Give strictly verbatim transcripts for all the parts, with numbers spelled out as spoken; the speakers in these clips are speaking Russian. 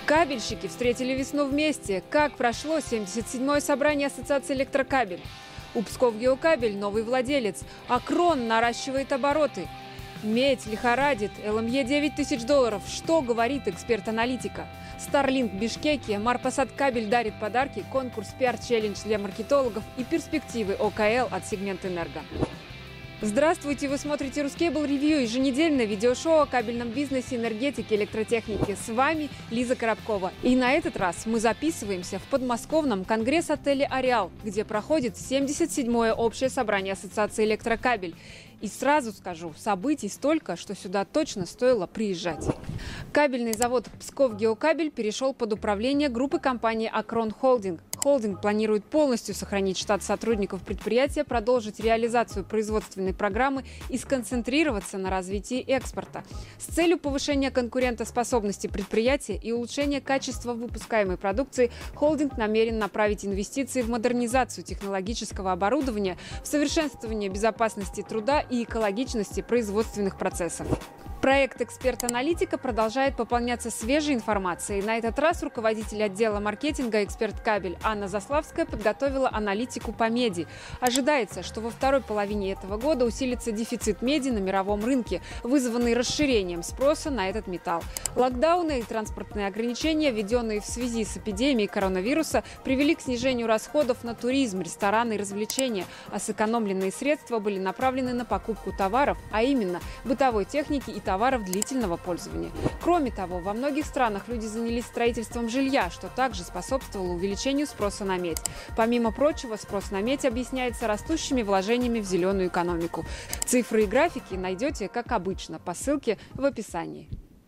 Кабельщики встретили весну вместе. Как прошло семьдесят седьмое собрание Ассоциации Электрокабель? У Псковгеокабель новый владелец. Акрон наращивает обороты. Медь лихорадит. эл эм е девять тысяч долларов. Что говорит эксперт-аналитика? Starlink в Бишкеке, Марпасад Кабель дарит подарки, конкурс пиар-челлендж для маркетологов и перспективы о ка эл от Сегментэнерго. Здравствуйте! Вы смотрите Ruscable Review, еженедельное видеошоу о кабельном бизнесе, энергетике, электротехнике. С вами Лиза Коробкова. И на этот раз мы записываемся в подмосковном конгресс-отеле «Ареал», где проходит семьдесят седьмое общее собрание Ассоциации Электрокабель. И сразу скажу, событий столько, что сюда точно стоило приезжать. Кабельный завод Псковгеокабель перешел под управление группы компании «Акрон Холдинг». Холдинг планирует полностью сохранить штат сотрудников предприятия, продолжить реализацию производственной программы и сконцентрироваться на развитии экспорта. С целью повышения конкурентоспособности предприятия и улучшения качества выпускаемой продукции холдинг намерен направить инвестиции в модернизацию технологического оборудования, в совершенствование безопасности труда и экологичности производственных процессов. Проект «Эксперт-аналитика» продолжает пополняться свежей информацией. На этот раз руководитель отдела маркетинга «Эксперт Кабель» Анна Заславская подготовила аналитику по меди. Ожидается, что во второй половине этого года усилится дефицит меди на мировом рынке, вызванный расширением спроса на этот металл. Локдауны и транспортные ограничения, введенные в связи с эпидемией коронавируса, привели к снижению расходов на туризм, рестораны и развлечения, а сэкономленные средства были направлены на покупку товаров, а именно бытовой техники и товаров длительного пользования. Кроме того, во многих странах люди занялись строительством жилья, что также способствовало увеличению спроса на медь. Помимо прочего, спрос на медь объясняется растущими вложениями в зеленую экономику. Цифры и графики найдете, как обычно, по ссылке в описании.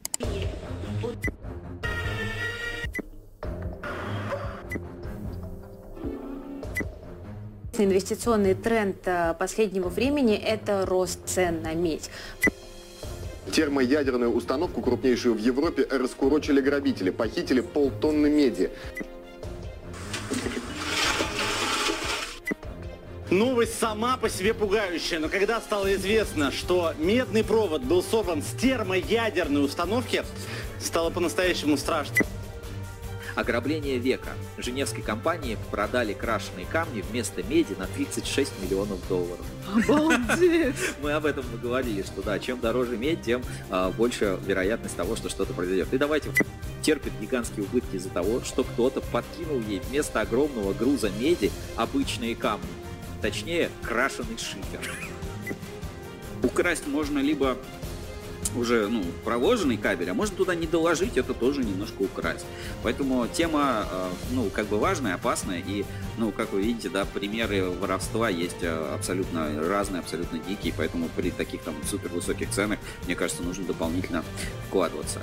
Инвестиционный тренд последнего времени – это рост цен на медь. Термоядерную установку, крупнейшую в Европе, раскурочили грабители, похитили полтонны меди. Новость сама по себе пугающая, но когда стало известно, что медный провод был сорван с термоядерной установки, стало по-настоящему страшно. Ограбление века. Женевской компании продали крашеные камни вместо меди на тридцать шесть миллионов долларов. Обалдеть! Мы об этом говорили, что да, чем дороже медь, тем а, больше вероятность того, что что-то произойдет. И давайте терпит гигантские убытки из-за того, что кто-то подкинул ей вместо огромного груза меди обычные камни. Точнее, крашеный шифер. Украсть можно либо уже ну, проложенный кабель, а можно туда не доложить, это тоже немножко украсть. Поэтому тема, ну, как бы важная, опасная, и, ну, как вы видите, да, примеры воровства есть абсолютно разные, абсолютно дикие, поэтому при таких там супер высоких ценах, мне кажется, нужно дополнительно вкладываться.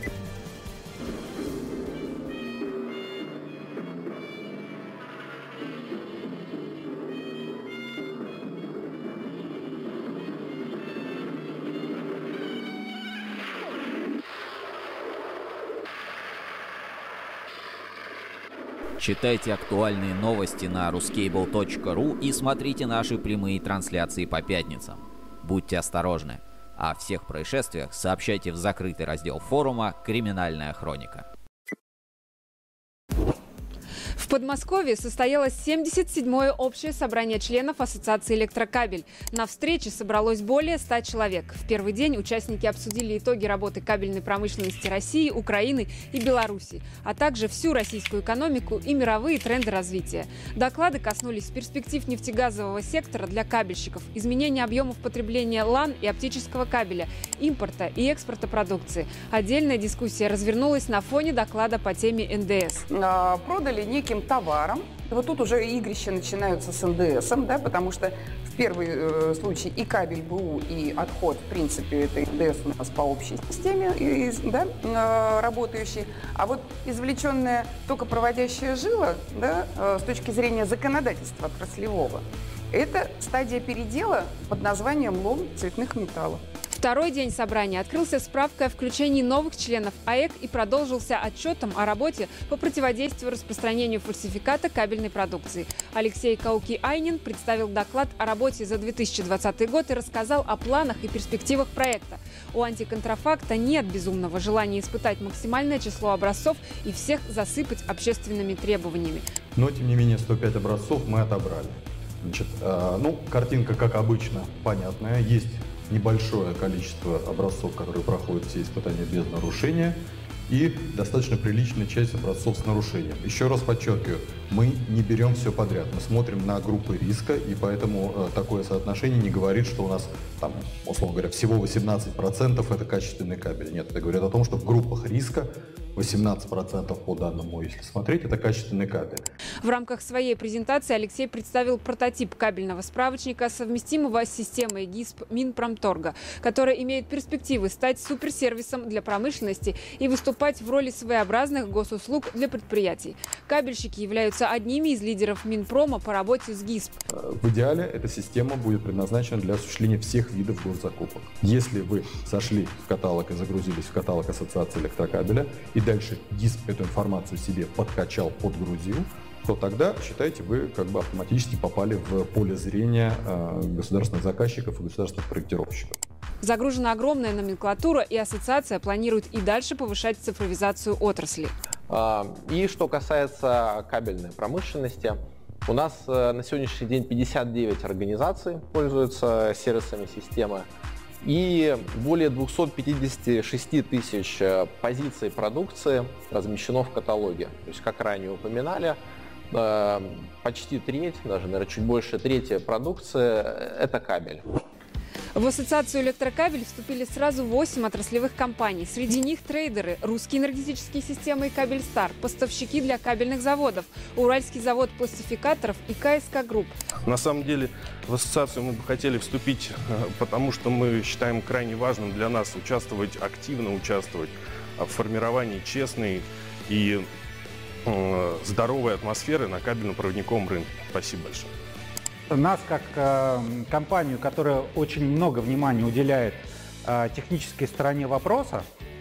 Читайте актуальные новости на ruskable точка ру и смотрите наши прямые трансляции по пятницам. Будьте осторожны. О всех происшествиях сообщайте в закрытый раздел форума «Криминальная хроника». В Подмосковье состоялось семьдесят седьмое общее собрание членов Ассоциации Электрокабель. На встрече собралось более ста человек. В первый день участники обсудили итоги работы кабельной промышленности России, Украины и Беларуси, а также всю российскую экономику и мировые тренды развития. Доклады коснулись перспектив нефтегазового сектора для кабельщиков, изменения объемов потребления лан и оптического кабеля, импорта и экспорта продукции. Отдельная дискуссия развернулась на фоне доклада по теме эн дэ эс. Продали неким товаром. И вот тут уже игрища начинаются с эн дэ эсом, да, потому что в первый э, случай и кабель бэ у, и отход, в принципе, это эн дэ эс у нас по общей системе, и, да, э, работающий. А вот извлеченная токопроводящая жила, да, э, с точки зрения законодательства отраслевого, это стадия передела под названием лом цветных металлов. В Второй день собрания открылся справкой о включении новых членов АЭК и продолжился отчетом о работе по противодействию распространению фальсификата кабельной продукции. Алексей Кауки-Айнин представил доклад о работе за две тысячи двадцатый год и рассказал о планах и перспективах проекта. У антиконтрафакта нет безумного желания испытать максимальное число образцов и всех засыпать общественными требованиями. Но, тем не менее, сто пять образцов мы отобрали. Значит, э, ну, картинка, как обычно, понятная. Есть небольшое количество образцов, которые проходят все испытания без нарушения, и достаточно приличная часть образцов с нарушением. Еще раз подчеркиваю, мы не берем все подряд, мы смотрим на группы риска, и поэтому э, такое соотношение не говорит, что у нас, там, условно говоря, всего восемнадцать процентов это качественный кабель. Нет, это говорит о том, что в группах риска восемнадцать процентов по данному, если смотреть, это качественный кабель. В рамках своей презентации Алексей представил прототип кабельного справочника, совместимого с системой ГИСП Минпромторга, который имеет перспективы стать суперсервисом для промышленности и выступать в роли своеобразных госуслуг для предприятий. Кабельщики являются одними из лидеров Минпрома по работе с ГИСП. В идеале эта система будет предназначена для осуществления всех видов госзакупок. Если вы сошли в каталог и загрузились в каталог Ассоциации электрокабеля, и дальше ГИСП эту информацию себе подкачал, подгрузил, то тогда, считайте, вы как бы автоматически попали в поле зрения э, государственных заказчиков и государственных проектировщиков. Загружена огромная номенклатура, и ассоциация планирует и дальше повышать цифровизацию отрасли. И что касается кабельной промышленности, у нас на сегодняшний день пятьдесят девять организаций пользуются сервисами системы. И более двухсот пятидесяти шести тысяч позиций продукции размещено в каталоге. То есть, как ранее упоминали, почти треть, даже, наверное, чуть больше трети продукции – это кабель. В ассоциацию электрокабель вступили сразу восемь отраслевых компаний. Среди них трейдеры, русские энергетические системы и Кабельстар, поставщики для кабельных заводов, Уральский завод пластификаторов и КСК Групп. На самом деле в ассоциацию мы бы хотели вступить, потому что мы считаем крайне важным для нас участвовать, активно участвовать в формировании честной и здоровой атмосферы на кабельно-проводниковом рынке. Спасибо большое. Нас, как э, компанию, которая очень много внимания уделяет э, технической стороне вопроса,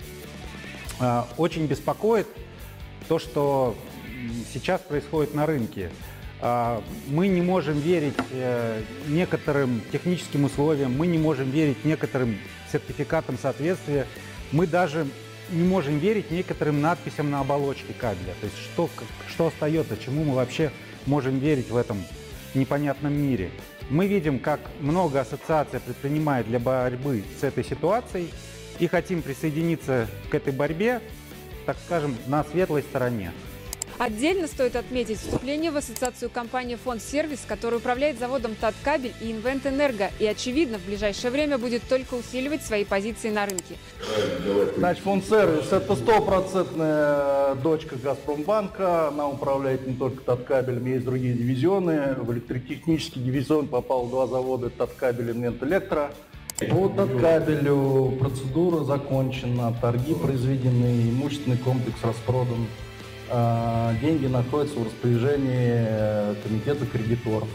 э, очень беспокоит то, что сейчас происходит на рынке. Э, мы не можем верить э, некоторым техническим условиям, мы не можем верить некоторым сертификатам соответствия, мы даже не можем верить некоторым надписям на оболочке кабеля. То есть что, что остается, чему мы вообще можем верить в этом непонятном мире. Мы видим, как много ассоциаций предпринимает для борьбы с этой ситуацией и хотим присоединиться к этой борьбе, так скажем, на светлой стороне. Отдельно стоит отметить вступление в ассоциацию компании «Фонд Сервис», которая управляет заводом Таткабель и Инвентэнерго, и, очевидно, в ближайшее время будет только усиливать свои позиции на рынке. Значит, Фонд Сервис – это стопроцентная дочка Газпромбанка. Она управляет не только Таткабелем, есть другие дивизионы. В электротехнический дивизион попал два завода – Таткабель и Инвентэлектро. По Таткабелю процедура закончена, торги произведены, имущественный комплекс распродан. Деньги находятся в распоряжении комитета кредиторов,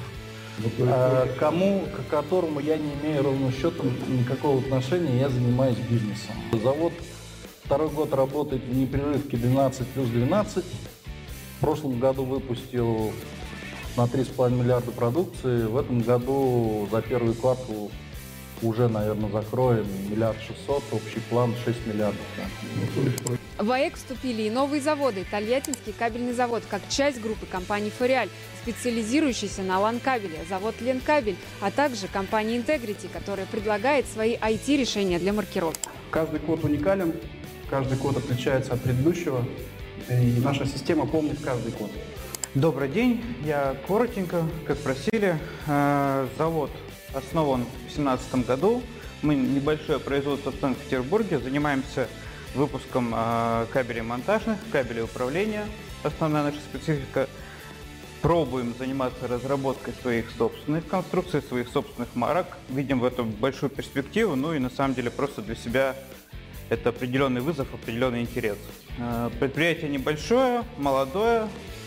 кому, к которому я не имею ровным счетом никакого отношения, я занимаюсь бизнесом. Завод второй год работает в непрерывке двенадцать плюс двенадцать. В прошлом году выпустил на три с половиной миллиарда продукции. В этом году за первый квартал уже, наверное, закроем миллиард шестьсот, общий план шесть миллиардов. Да. В АЭК вступили и новые заводы. Тольяттинский кабельный завод, как часть группы компании «Фориаль», специализирующийся на лан-кабеле, завод «Ленкабель», а также компания «Интегрити», которая предлагает свои ай ти-решения для маркировки. Каждый код уникален, каждый код отличается от предыдущего, и наша система помнит каждый код. Добрый день, я коротенько, как просили, завод основан в две тысячи семнадцатом году. Мы небольшое производство в Санкт-Петербурге, занимаемся выпуском э, кабелей монтажных, кабелей управления. Основная наша специфика. Пробуем заниматься разработкой своих собственных конструкций, своих собственных марок. Видим в этом большую перспективу, ну и на самом деле просто для себя это определенный вызов, определенный интерес. Э, предприятие небольшое, молодое,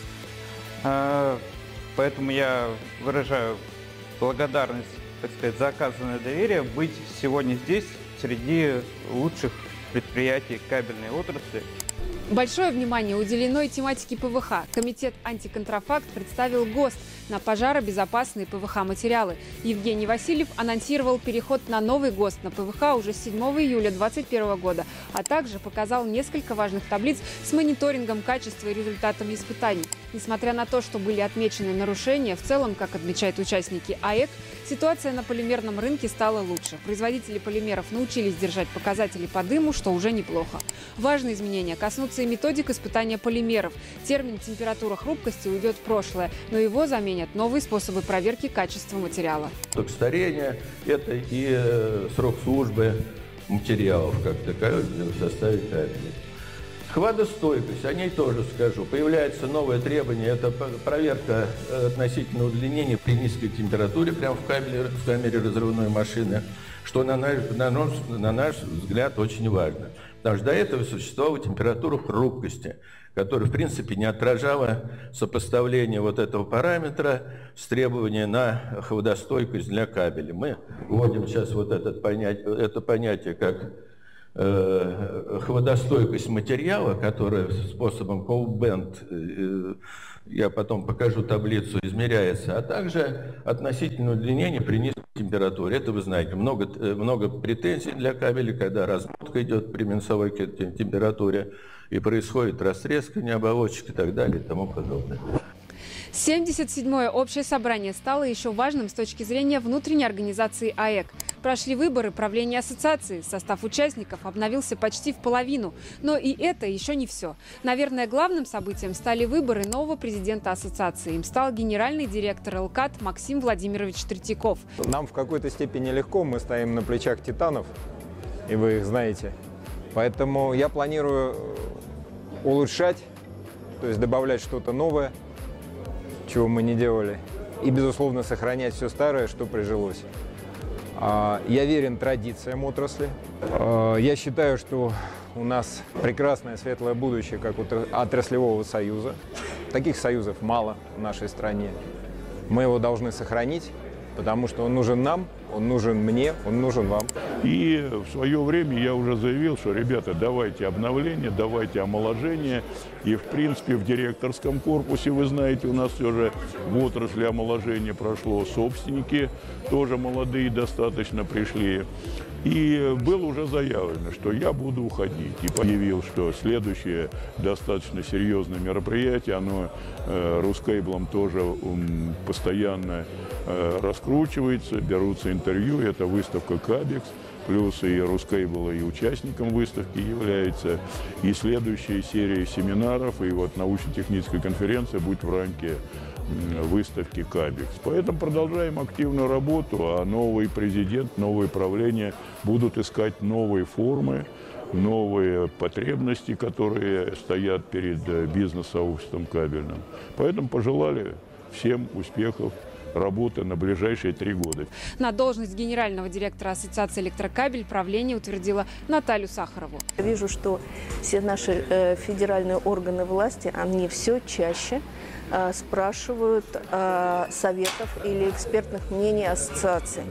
э, поэтому я выражаю благодарность, так сказать, за оказанное доверие, быть сегодня здесь, среди лучших предприятий кабельной отрасли. Большое внимание уделено и тематике ПВХ. Комитет «Антиконтрафакт» представил ГОСТ на пожаробезопасные ПВХ-материалы. Евгений Васильев анонсировал переход на новый ГОСТ на ПВХ уже с седьмого июля две тысячи двадцать первого года, а также показал несколько важных таблиц с мониторингом качества и результатами испытаний. Несмотря на то, что были отмечены нарушения, в целом, как отмечают участники АЭК, ситуация на полимерном рынке стала лучше. Производители полимеров научились держать показатели по дыму, что уже неплохо. Важные изменения коснутся и методик испытания полимеров. Термин «температура хрупкости» уйдет в прошлое, но его заменят новые способы проверки качества материала. Срок старения – это и э, срок службы материалов, как таковых, в составе кабеля. Хватостойкость, о ней тоже скажу. Появляется новое требование, это проверка относительно удлинения при низкой температуре прямо в, кабеле, в камере разрывной машины, что на наш, на, наш, на наш взгляд очень важно. Потому что до этого существовала температура хрупкости, которая, в принципе, не отражала сопоставление вот этого параметра с требованием на холодостойкость для кабеля. Мы вводим сейчас вот этот понятие, это понятие как э, холодостойкость материала, которая способом cold bend, э, я потом покажу таблицу, измеряется, а также относительное удлинение при низкой температуре. Это вы знаете, много, много претензий для кабеля, когда размотка идет при минусовой температуре, и происходит растрескивание оболочек и так далее и тому подобное. семьдесят седьмое общее собрание стало еще важным с точки зрения внутренней организации АЭК. Прошли выборы правления ассоциации, состав участников обновился почти в половину. Но и это еще не все. Наверное, главным событием стали выборы нового президента ассоциации. Им стал генеральный директор ЛКАТ Максим Владимирович Третьяков. Нам в какой-то степени легко, мы стоим на плечах титанов, и вы их знаете. Поэтому я планирую улучшать, то есть добавлять что-то новое, чего мы не делали, и, безусловно, сохранять все старое, что прижилось. Я верен традициям отрасли. Я считаю, что у нас прекрасное светлое будущее, как у отраслевого союза. Таких союзов мало в нашей стране. Мы его должны сохранить, потому что он нужен нам, он нужен мне, он нужен вам. И в свое время я уже заявил, что, ребята, давайте обновление, давайте омоложение. И, в принципе, в директорском корпусе, вы знаете, у нас все же в отрасли омоложения прошло. Собственники тоже молодые достаточно пришли. И было уже заявлено, что я буду уходить. И появил, что следующее достаточно серьезное мероприятие, оно э, Рускейблом тоже um, постоянно э, раскручивается, берутся интервью, это выставка Кабекс, плюс и Рускейбл и участником выставки является. И следующая серия семинаров, и вот научно-техническая конференция будет в рамке выставки Кабекс. Поэтому продолжаем активную работу, а новый президент, новое правление будут искать новые формы, новые потребности, которые стоят перед бизнес-сообществом кабельным. Поэтому пожелали всем успехов работы на ближайшие три года. На должность генерального директора Ассоциации электрокабель правление утвердило Наталью Сахарову. Я вижу, что все наши э, федеральные органы власти, они все чаще э, спрашивают э, советов или экспертных мнений ассоциации.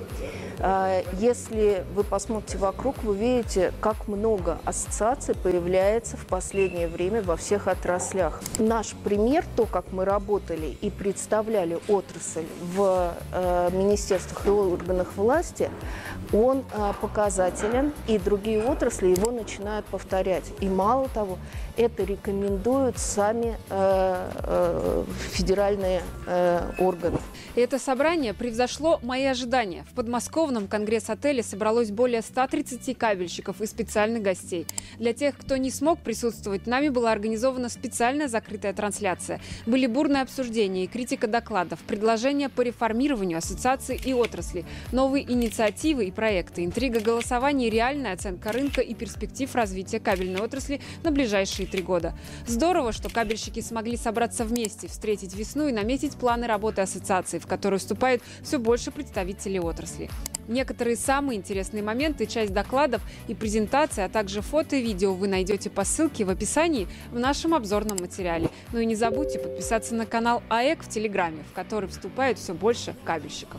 Э, если вы посмотрите вокруг, вы видите, как много ассоциаций появляется в последнее время во всех отраслях. Наш пример, то, как мы работали и представляли отрасль в э, министерствах и органах власти, он э, показателен, и другие отрасли его начинают повторять. И мало того, это рекомендуют сами э, э, федеральные э, органы. Это собрание превзошло мои ожидания. В подмосковном конгресс-отеле собралось более ста тридцати кабельщиков и специальных гостей. Для тех, кто не смог присутствовать, нами была организована специальная закрытая трансляция. Были бурные обсуждения и критика докладов, предложения по реформированию ассоциаций и отрасли, новые инициативы и проекты, интрига голосования и реальная оценка рынка и перспектив развития кабельной отрасли на ближайшие три года. Здорово, что кабельщики смогли собраться вместе, встретить весну и наметить планы работы ассоциации, в которую вступает все больше представителей отрасли. Некоторые самые интересные моменты, часть докладов и презентаций, а также фото и видео вы найдете по ссылке в описании в нашем обзорном материале. Ну и не забудьте подписаться на канал АЭК в Телеграме, в который вступает все больше кабельщиков.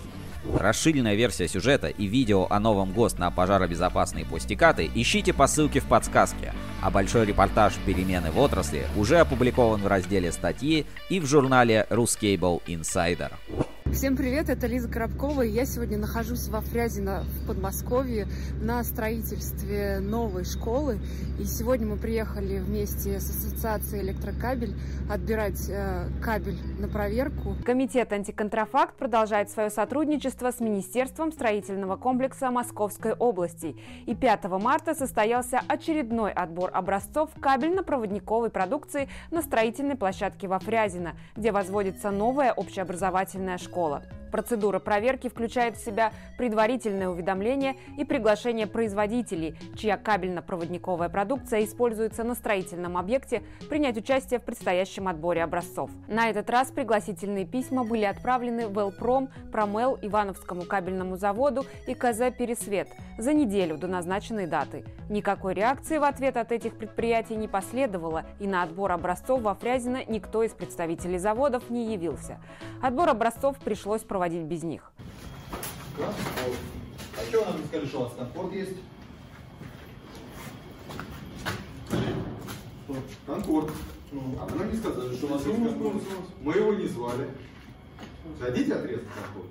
Расширенная версия сюжета и видео о новом ГОСТ на пожаробезопасные пустикаты ищите по ссылке в подсказке. А большой репортаж «Перемены в отрасли» уже опубликован в разделе «Статьи» и в журнале Ruscable Insider. Всем привет, это Лиза Коробкова, и я сегодня нахожусь во Фрязино в Подмосковье на строительстве новой школы. И сегодня мы приехали вместе с Ассоциацией Электрокабель отбирать э, кабель на проверку. Комитет «Антиконтрафакт» продолжает свое сотрудничество с Министерством строительного комплекса Московской области. И пятого марта состоялся очередной отбор образцов кабельно-проводниковой продукции на строительной площадке во Фрязино, где возводится новая общеобразовательная школа. Процедура проверки включает в себя предварительное уведомление и приглашение производителей, чья кабельно-проводниковая продукция используется на строительном объекте, принять участие в предстоящем отборе образцов. На этот раз пригласительные письма были отправлены в Элпром, Промел, Ивановскому кабельному заводу и КЗ «Пересвет» за неделю до назначенной даты. Никакой реакции в ответ от этих предприятий не последовало, и на отбор образцов во Фрязино никто из представителей заводов не явился. Отбор образцов пришлось проводить без них. Конкорд. А что вы нам сказали, что у вас Конкорд есть? Конкорд. А вы нам не сказали, что у нас есть Конкорд. Мы его не звали. Дадите отрезок Конкорд?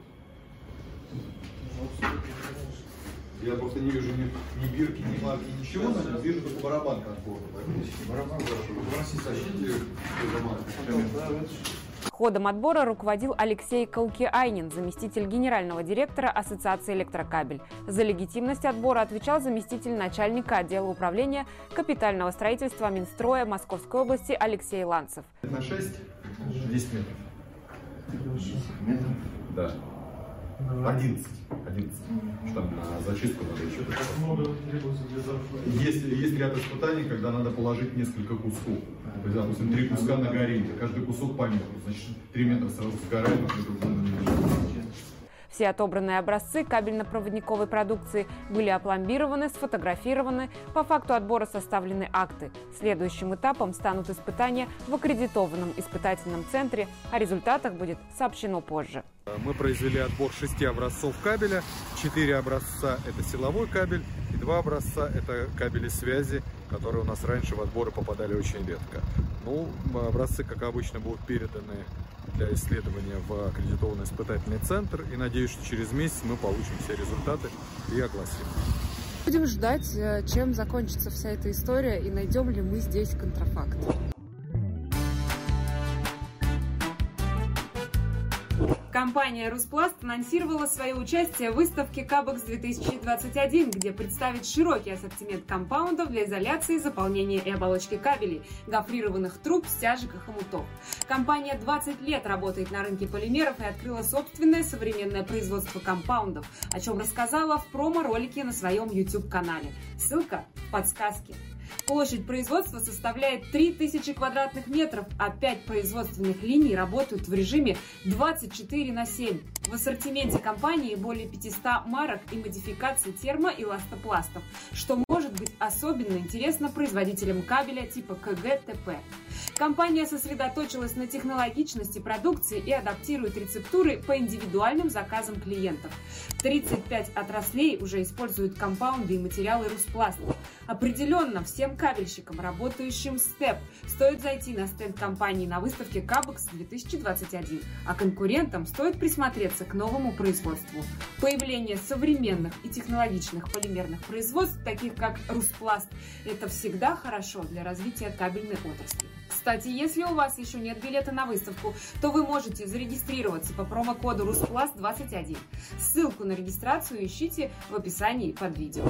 Я просто не вижу ни, ни бирки, ни марки, ничего, но вижу только барабан Конкорда. Барабан хорошо. Попросите сочтите, что за марка. Ходом отбора руководил Алексей Каукиайнин, заместитель генерального директора Ассоциации Электрокабель. За легитимность отбора отвечал заместитель начальника отдела управления капитального строительства Минстроя Московской области Алексей Ланцев. На шесть, десять метров. Метров? Да. одиннадцать. одиннадцать. Что там на зачистку надо еще такое? Есть, есть ряд испытаний, когда надо положить несколько кусков. То есть, допустим, три куска на горе, каждый кусок по метру. Значит, три метра сразу сгорает, Все отобранные образцы кабельно-проводниковой продукции были опломбированы, сфотографированы, по факту отбора составлены акты. Следующим этапом станут испытания в аккредитованном испытательном центре, о результатах будет сообщено позже. Мы произвели отбор шести образцов кабеля, четыре образца – это силовой кабель, и два образца – это кабели связи, которые у нас раньше в отборы попадали очень редко. Ну, образцы, как обычно, будут переданы для исследования в аккредитованный испытательный центр, и надеюсь, что через месяц мы получим все результаты и огласим. Будем ждать, чем закончится вся эта история и найдем ли мы здесь контрафакт. Компания «Руспласт» анонсировала свое участие в выставке Кабекс две тысячи двадцать один, где представит широкий ассортимент компаундов для изоляции, заполнения и оболочки кабелей, гофрированных труб, стяжек и хомутов. Компания двадцать лет работает на рынке полимеров и открыла собственное современное производство компаундов, о чем рассказала в промо-ролике на своем YouTube-канале. Ссылка в подсказке. Площадь производства составляет три тысячи квадратных метров, а пять производственных линий работают в режиме двадцать четыре на семь. В ассортименте компании более пятисот марок и модификаций термо- и ластопластов, что может быть особенно интересно производителям кабеля типа КГ-ТП. Компания сосредоточилась на технологичности продукции и адаптирует рецептуры по индивидуальным заказам клиентов. тридцать пять отраслей уже используют компаунды и материалы Руспласта. Определенно, всем кабельщикам, работающим с ТЭП, стоит зайти на стенд компании на выставке Кабекс две тысячи двадцать один, а конкурентам стоит присмотреться к новому производству. Появление современных и технологичных полимерных производств, таких как Руспласт, это всегда хорошо для развития кабельной отрасли. Кстати, если у вас еще нет билета на выставку, то вы можете зарегистрироваться по промокоду Руспласт двадцать один. Ссылку на регистрацию ищите в описании под видео.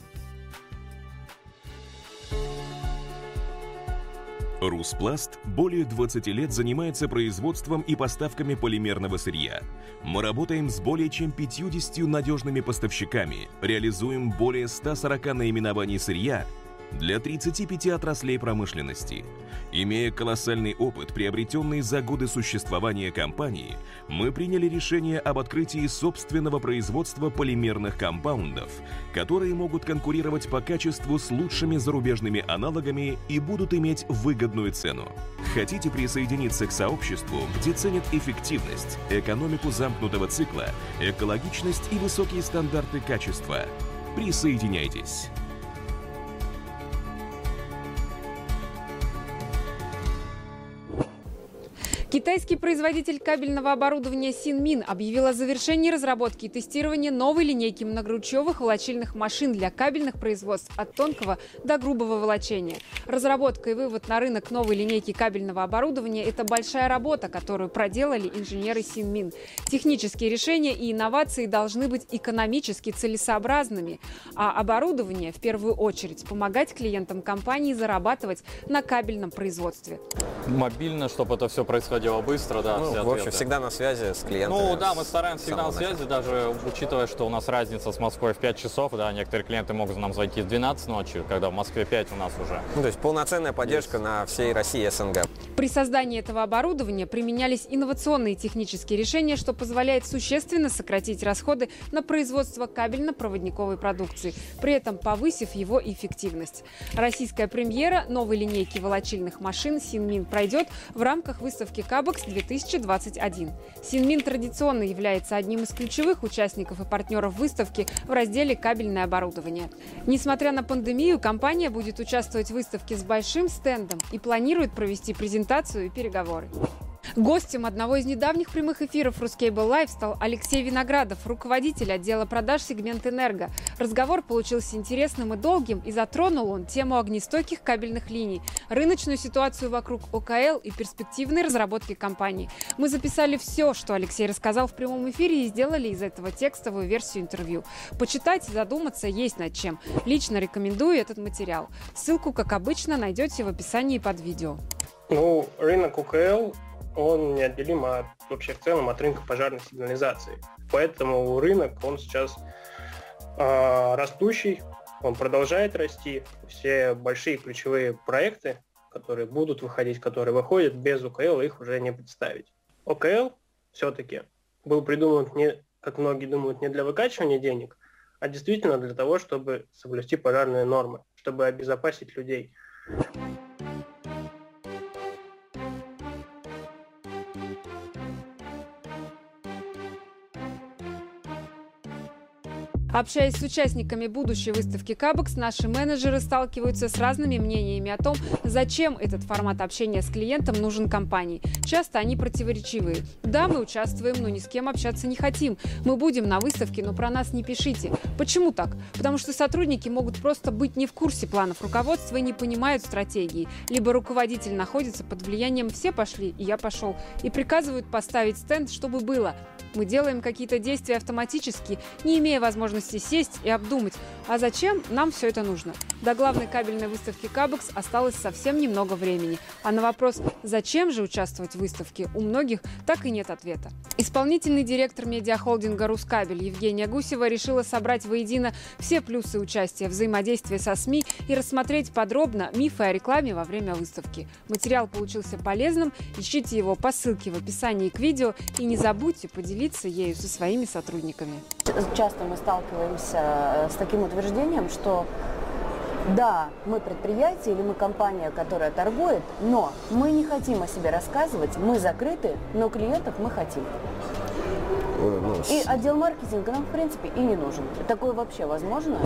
Руспласт более двадцати лет занимается производством и поставками полимерного сырья. Мы работаем с более чем пятьюдесятью надежными поставщиками, реализуем более ста сорока наименований сырья для тридцати пяти отраслей промышленности. Имея колоссальный опыт, приобретенный за годы существования компании, мы приняли решение об открытии собственного производства полимерных компаундов, которые могут конкурировать по качеству с лучшими зарубежными аналогами и будут иметь выгодную цену. Хотите присоединиться к сообществу, где ценят эффективность, экономику замкнутого цикла, экологичность и высокие стандарты качества? Присоединяйтесь! Китайский производитель кабельного оборудования Синмин объявил о завершении разработки и тестирования новой линейки многоручевых волочильных машин для кабельных производств от тонкого до грубого волочения. Разработка и вывод на рынок новой линейки кабельного оборудования – это большая работа, которую проделали инженеры Синмин. Технические решения и инновации должны быть экономически целесообразными, а оборудование, в первую очередь, помогать клиентам компании зарабатывать на кабельном производстве. Мобильно, чтобы это все происходило быстро, да. Ну, в общем, всегда на связи с клиентами. Ну да, мы стараемся всегда на связи, даже учитывая, что у нас разница с Москвой в пять часов, да, некоторые клиенты могут нам зайти в двенадцать ночи, когда в Москве пять у нас уже. Ну, то есть полноценная поддержка есть на всей России и СНГ. При создании этого оборудования применялись инновационные технические решения, что позволяет существенно сократить расходы на производство кабельно-проводниковой продукции, при этом повысив его эффективность. Российская премьера новой линейки волочильных машин Синмин пройдет в рамках выставки Кабекс две тысячи двадцать один. Синмин традиционно является одним из ключевых участников и партнеров выставки в разделе «Кабельное оборудование». Несмотря на пандемию, компания будет участвовать в выставке с большим стендом и планирует провести презентацию и переговоры. Гостем одного из недавних прямых эфиров Ruscable Live стал Алексей Виноградов, руководитель отдела продаж сегмент «Энерго». Разговор получился интересным и долгим, и затронул он тему огнестойких кабельных линий, рыночную ситуацию вокруг О К Л и перспективные разработки компании. Мы записали все, что Алексей рассказал в прямом эфире, и сделали из этого текстовую версию интервью. Почитать и задуматься есть над чем. Лично рекомендую этот материал. Ссылку, как обычно, найдете в описании под видео. Ну, рынок О К Л он неотделим от, вообще в целом от рынка пожарной сигнализации. Поэтому рынок, он сейчас э, растущий, он продолжает расти. Все большие ключевые проекты, которые будут выходить, которые выходят, без О К Л их уже не представить. О К Л все-таки был придуман, не, как многие думают, не для выкачивания денег, а действительно для того, чтобы соблюсти пожарные нормы, чтобы обезопасить людей. Общаясь с участниками будущей выставки Кабекс, наши менеджеры сталкиваются с разными мнениями о том, зачем этот формат общения с клиентом нужен компании. Часто они противоречивые. Да, мы участвуем, но ни с кем общаться не хотим. Мы будем на выставке, но про нас не пишите. Почему так? Потому что сотрудники могут просто быть не в курсе планов руководства и не понимают стратегии. Либо руководитель находится под влиянием «все пошли, и я пошел» и приказывают поставить стенд, чтобы было. Мы делаем какие-то действия автоматически, не имея возможности сесть и обдумать, а зачем нам все это нужно. До главной кабельной выставки Кабекс осталось совсем немного времени. А на вопрос, зачем же участвовать в выставке, у многих так и нет ответа. Исполнительный директор медиахолдинга «Рускабель» Евгения Гусева решила собрать воедино все плюсы участия, взаимодействия со СМИ и рассмотреть подробно мифы о рекламе во время выставки. Материал получился полезным, ищите его по ссылке в описании к видео и не забудьте поделиться ею со своими сотрудниками. Часто мы сталкиваемся с таким утверждением, что да, мы предприятие или мы компания, которая торгует, но мы не хотим о себе рассказывать, мы закрыты, но клиентов мы хотим. И отдел маркетинга нам, в принципе, и не нужен. Такое вообще возможно?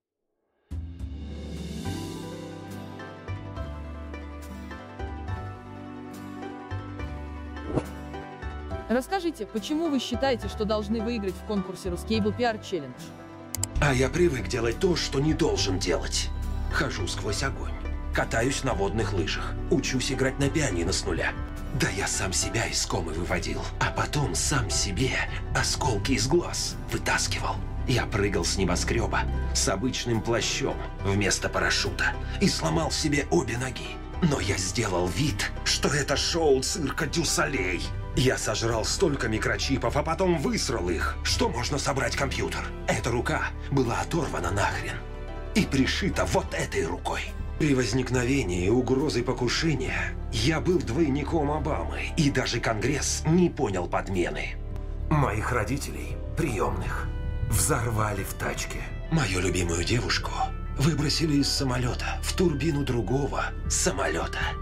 Расскажите, почему вы считаете, что должны выиграть в конкурсе Ruscable пи ар Challenge? А я привык делать то, что не должен делать. Хожу сквозь огонь, катаюсь на водных лыжах, учусь играть на пианино с нуля. Да я сам себя из комы выводил, а потом сам себе осколки из глаз вытаскивал. Я прыгал с небоскреба с обычным плащом вместо парашюта и сломал себе обе ноги. Но я сделал вид, что это шоу цирка Дю Солей. Я сожрал столько микрочипов, а потом высрал их, что можно собрать компьютер. Эта рука была оторвана нахрен и пришита вот этой рукой. При возникновении угрозы покушения я был двойником Обамы, и даже Конгресс не понял подмены. Моих родителей, приемных, взорвали в тачке. Мою любимую девушку выбросили из самолета в турбину другого самолета.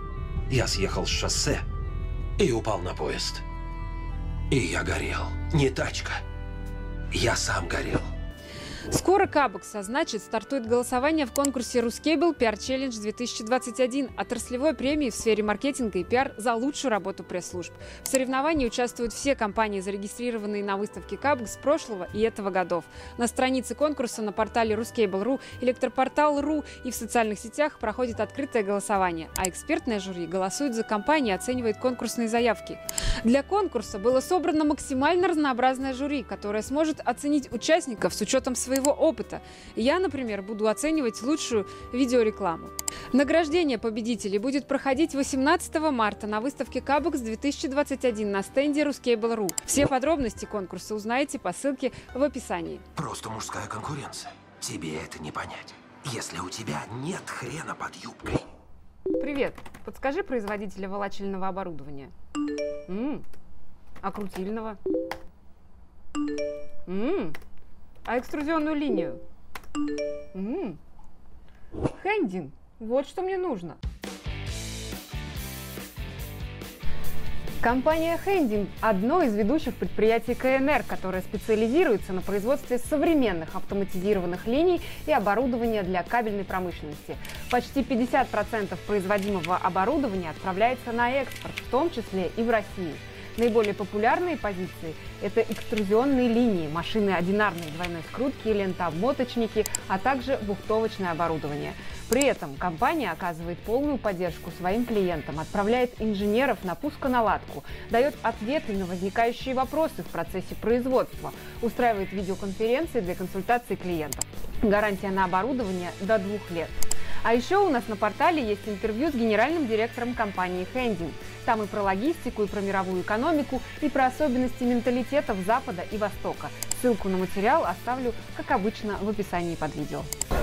я съехал с шоссе и упал на поезд. И я горел. Не тачка. Я сам горел. Скоро Кабекс, а значит, стартует голосование в конкурсе Ruscable пи ар Challenge две тысячи двадцать один, отраслевой премии в сфере маркетинга и пиар за лучшую работу пресс-служб. В соревновании участвуют все компании, зарегистрированные на выставке Кабекс прошлого и этого годов. На странице конкурса на портале Ruscable точка ру, электропортал точка ру и в социальных сетях проходит открытое голосование, а экспертное жюри голосует за компании и оценивает конкурсные заявки. Для конкурса было собрано максимально разнообразное жюри, которое сможет оценить участников с учетом своего опыта. Я, например, буду оценивать лучшую видеорекламу. Награждение победителей будет проходить восемнадцатого марта на выставке Кабекс две тысячи двадцать один на стенде Ruscable точка ру. Все подробности конкурса узнаете по ссылке в описании. Просто мужская конкуренция. Тебе это не понять, если у тебя нет хрена под юбкой. Привет. Подскажи производителя волачильного оборудования. М-м. А крутильного? М-м. А экструзионную линию? М-м. Хендинг. Вот что мне нужно. Компания Хендинг – одно из ведущих предприятий ка эн эр, которое специализируется на производстве современных автоматизированных линий и оборудования для кабельной промышленности. Почти пятьдесят процентов производимого оборудования отправляется на экспорт, в том числе и в Россию. Наиболее популярные позиции – это экструзионные линии, машины одинарной двойной скрутки, лентообмоточники, а также бухтовочное оборудование. При этом компания оказывает полную поддержку своим клиентам, отправляет инженеров на пусконаладку, дает ответы на возникающие вопросы в процессе производства, устраивает видеоконференции для консультаций клиентов. Гарантия на оборудование до двух лет. А еще у нас на портале есть интервью с генеральным директором компании Хендинг. Там и про логистику, и про мировую экономику, и про особенности менталитетов Запада и Востока. Ссылку на материал оставлю, как обычно, в описании под видео.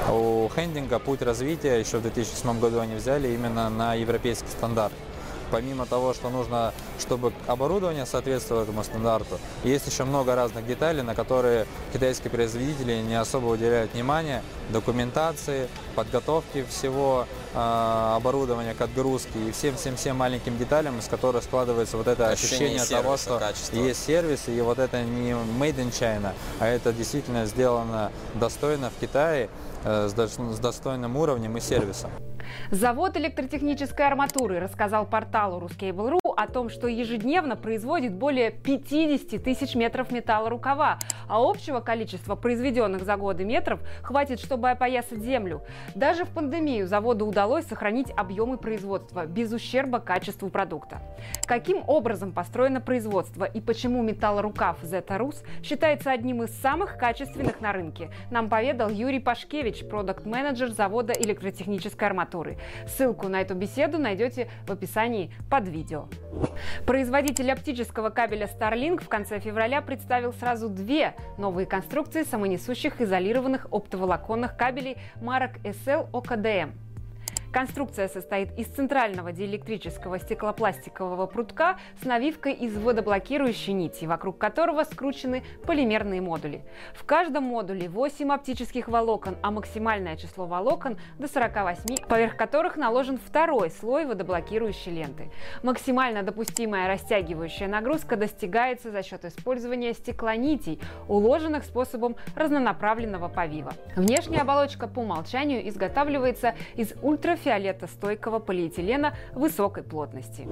У Хендинга путь развития еще в две тысячи седьмом году они взяли именно на европейский стандарт. Помимо того, что нужно, чтобы оборудование соответствовало этому стандарту, есть еще много разных деталей, на которые китайские производители не особо уделяют внимания: документации, подготовки всего э, оборудования к отгрузке и всем-всем-всем маленьким деталям, из которых складывается вот это ощущение, ощущение того, что качества. Есть сервис, и вот это не made in China, а это действительно сделано достойно в Китае, э, с, до, с достойным уровнем и сервисом. Завод электротехнической арматуры рассказал порталу Ruscable точка ру о том, что ежедневно производит более пятидесяти тысяч метров металлорукава, а общего количества произведенных за годы метров хватит, чтобы опоясать землю. Даже в пандемию заводу удалось сохранить объемы производства без ущерба качеству продукта. Каким образом построено производство и почему металлорукав Зетарус считается одним из самых качественных на рынке, нам поведал Юрий Пашкевич, продакт-менеджер завода электротехнической арматуры. Ссылку на эту беседу найдете в описании под видео. Производитель оптического кабеля Starlink в конце февраля представил сразу две новые конструкции самонесущих изолированных оптоволоконных кабелей марок эс эл о ка дэ эм. Конструкция состоит из центрального диэлектрического стеклопластикового прутка с навивкой из водоблокирующей нити, вокруг которого скручены полимерные модули. В каждом модуле восемь оптических волокон, а максимальное число волокон до сорока восьми, поверх которых наложен второй слой водоблокирующей ленты. Максимально допустимая растягивающая нагрузка достигается за счет использования стеклонитей, уложенных способом разнонаправленного повива. Внешняя оболочка по умолчанию изготавливается из ультрафиолетового фиолетостойкого полиэтилена высокой плотности.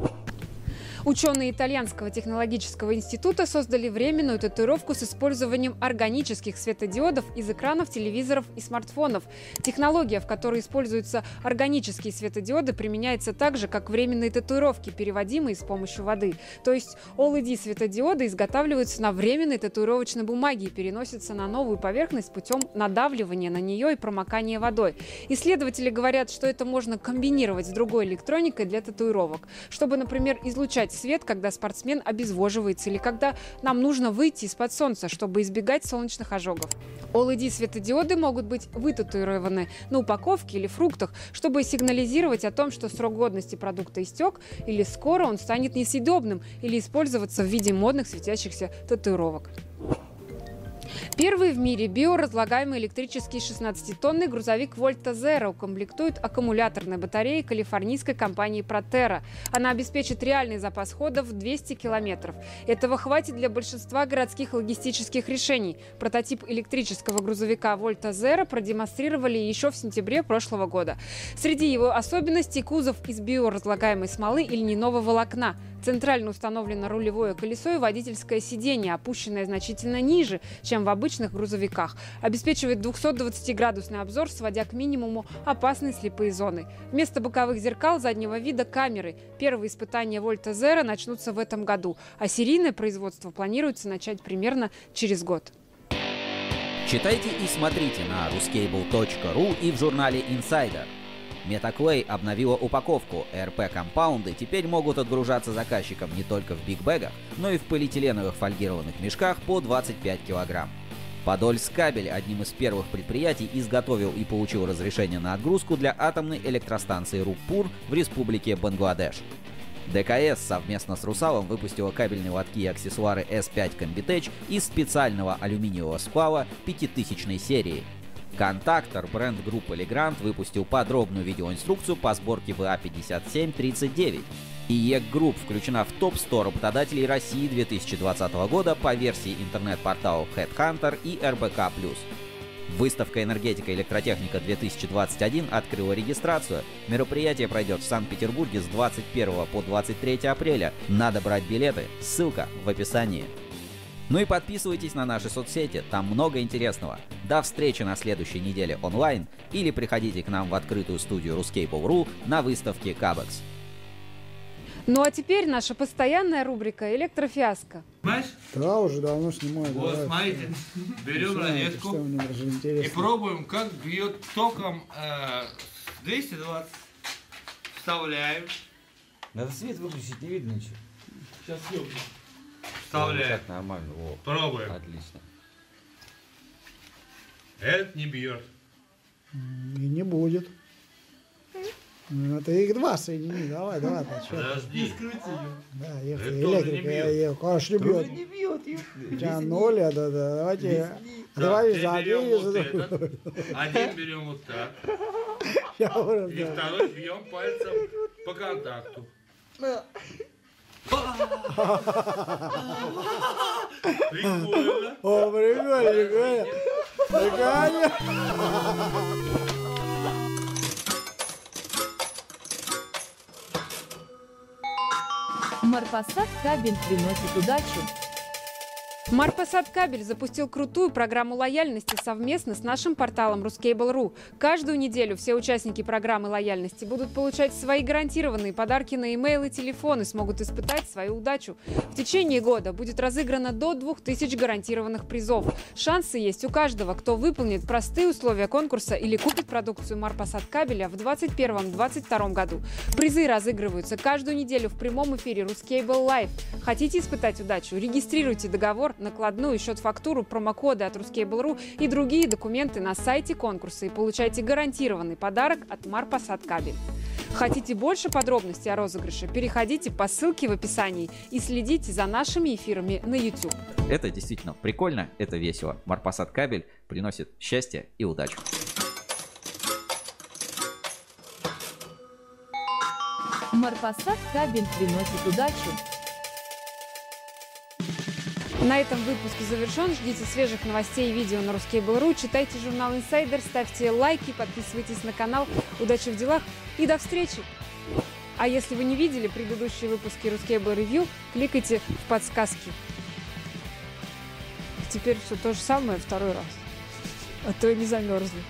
Ученые Итальянского технологического института создали временную татуировку с использованием органических светодиодов из экранов телевизоров и смартфонов. Технология, в которой используются органические светодиоды, применяется так же, как временные татуировки, переводимые с помощью воды. То есть эл и ди-светодиоды изготавливаются на временной татуировочной бумаге и переносятся на новую поверхность путем надавливания на нее и промокания водой. Исследователи говорят, что это можно комбинировать с другой электроникой для татуировок, чтобы, например, излучать свет, когда спортсмен обезвоживается или когда нам нужно выйти из-под солнца, чтобы избегать солнечных ожогов. эл и ди-светодиоды могут быть вытатуированы на упаковке или фруктах, чтобы сигнализировать о том, что срок годности продукта истек или скоро он станет несъедобным или использоваться в виде модных светящихся татуировок. Первый в мире биоразлагаемый электрический шестнадцатитонный грузовик Volta Zero укомплектует аккумуляторной батареей калифорнийской компании Proterra. Она обеспечит реальный запас хода в двести километров. Этого хватит для большинства городских логистических решений. Прототип электрического грузовика Volta Zero продемонстрировали еще в сентябре прошлого года. Среди его особенностей кузов из биоразлагаемой смолы и льняного волокна. Центрально установлено рулевое колесо и водительское сиденье, опущенное значительно ниже, чем в обычных грузовиках. Обеспечивает двухсотдвадцатиградусный обзор, сводя к минимуму опасные слепые зоны. Вместо боковых зеркал заднего вида камеры. Первые испытания Volta Zero начнутся в этом году, а серийное производство планируется начать примерно через год. Читайте и смотрите на рускейбл точка ру и в журнале Insider. MetaClay обновила упаковку. эр пэ-компаунды теперь могут отгружаться заказчикам не только в бигбэгах, но и в полиэтиленовых фольгированных мешках по двадцать пять килограмм. Подольскабель одним из первых предприятий изготовил и получил разрешение на отгрузку для атомной электростанции Руппур в республике Бангладеш. дэ ка эс совместно с Русалом выпустила кабельные лотки и аксессуары эс пять Combitech из специального алюминиевого сплава пятитысячной серии. Контактор, бренд группы Legrand, выпустил подробную видеоинструкцию по сборке вэ а пятьдесят семь тридцать девять. И и и си-Group включена в топ сто работодателей России две тысячи двадцатого года по версии интернет-порталов HeadHunter и эр бэ ка плюс. Выставка «Энергетика и электротехника две тысячи двадцать один» открыла регистрацию. Мероприятие пройдет в Санкт-Петербурге с двадцать первого по двадцать третье апреля. Надо брать билеты, ссылка в описании. Ну и подписывайтесь на наши соцсети, там много интересного. До встречи на следующей неделе онлайн или приходите к нам в открытую студию рускейбл точка ру на выставке Кабекс. Ну а теперь наша постоянная рубрика «Электрофиаско». Понимаешь? Да, уже давно снимаю. Вот, давай. смотрите, берем розетку и пробуем, как бьет током э, двести двадцать. Вставляем. Надо свет выключить, не видно ничего. Сейчас съемки. Вставляем. Так нормально. О, пробуем. Отлично. Это не бьет. И не будет. Ну, ты их два соедини, давай, давай. Подожди. Да, ехай, электрика, я ехал, конечно, не бьет. Не бьет, У тебя ноль, да, да, да, давайте, давай за один, вот этот. Один берем вот так. И второй бьем пальцем по контакту. Прикольно. О, прикольно, прикольно. Прикольно. Марпасад кабель приносит удачу. Марпасад Кабель запустил крутую программу лояльности совместно с нашим порталом рускейбл точка ру. Каждую неделю все участники программы лояльности будут получать свои гарантированные подарки на e-mail и телефон и смогут испытать свою удачу. В течение года будет разыграно до двух тысяч гарантированных призов. Шансы есть у каждого, кто выполнит простые условия конкурса или купит продукцию Марпасад Кабеля в двадцать первом — двадцать втором году. Призы разыгрываются каждую неделю в прямом эфире Рускейбл Лайв. Хотите испытать удачу? Регистрируйте договор, накладную, счет-фактуру, промокоды от рускейбл точка ру и другие документы на сайте конкурса и получайте гарантированный подарок от Марпасад Кабель. Хотите больше подробностей о розыгрыше? Переходите по ссылке в описании и следите за нашими эфирами на YouTube. Это действительно прикольно, это весело. Марпасад Кабель приносит счастье и удачу. Марпасад кабель приносит удачу. На этом выпуск завершен. Ждите свежих новостей и видео на рускейбл точка ру. Читайте журнал Insider, ставьте лайки, подписывайтесь на канал. Удачи в делах и до встречи! А если вы не видели предыдущие выпуски Рускейбл Ревью, кликайте в подсказки. Теперь все то же самое второй раз. А то и не замерзли.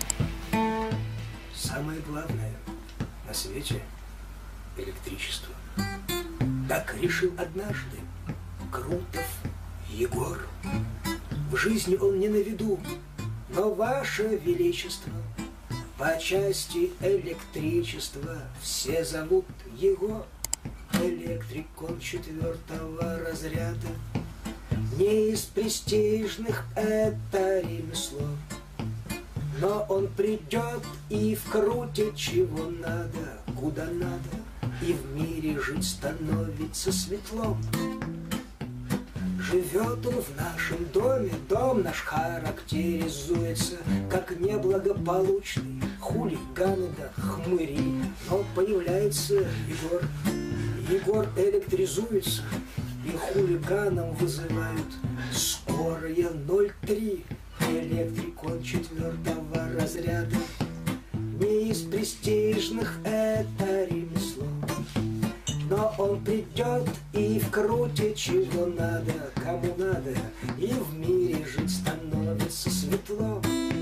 Самое главное на свете – электричество. Так решил однажды Крутов Егор. В жизни он не на виду, но ваше величество, по части электричества все зовут его. Электрик он четвертого разряда, не из престижных это ремесло. Но он придет и вкрутит чего надо, куда надо, и в мире жить становится светло. Живет он в нашем доме, дом наш характеризуется как неблагополучный хулиганы да хмыри. Но появляется Егор, Егор электризуется, и хулиганам вызывают скорая ноль три. Электрик он четвертого разряда, не из престижных это ремесло. Но он придет и вкрутит чего надо, кому надо, и в мире жить становится светло.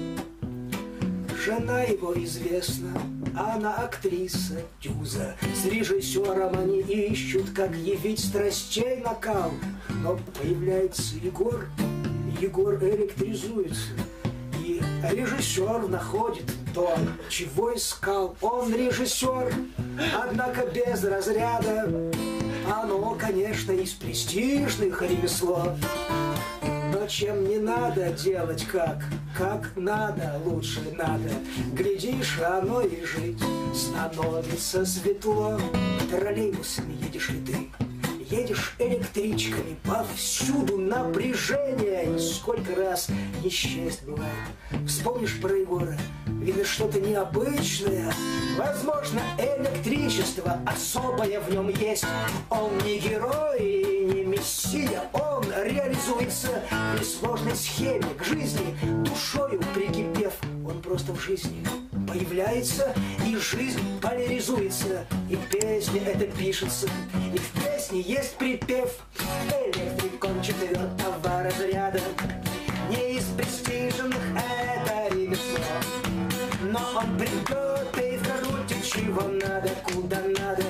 Жена его известна, она актриса Тюза. С режиссером они ищут, как явить страстей накал. Но появляется Егор, Егор электризуется, и режиссер находит то, чего искал. Он режиссер, однако без разряда. Оно, конечно, из престижных ремесло. Но чем не надо делать как, как надо, лучше надо. Глядишь, оно и жить становится светло. Троллейбусами едешь ли ты? Едешь электричками, повсюду напряжение. И сколько раз несчастье бывает. Вспомнишь про Егора, видно что-то необычное. Возможно, электричество особое в нем есть. Он не герой и не мессия, он реализуется при сложной схеме к жизни, душою прикипев. Он просто в жизни появляется, и жизнь поляризуется, и песня эта пишется, и в песне есть припев. Электрик он четвертого разряда, не из престижных это ремесло. Но он придет и вкрутит чего надо, куда надо,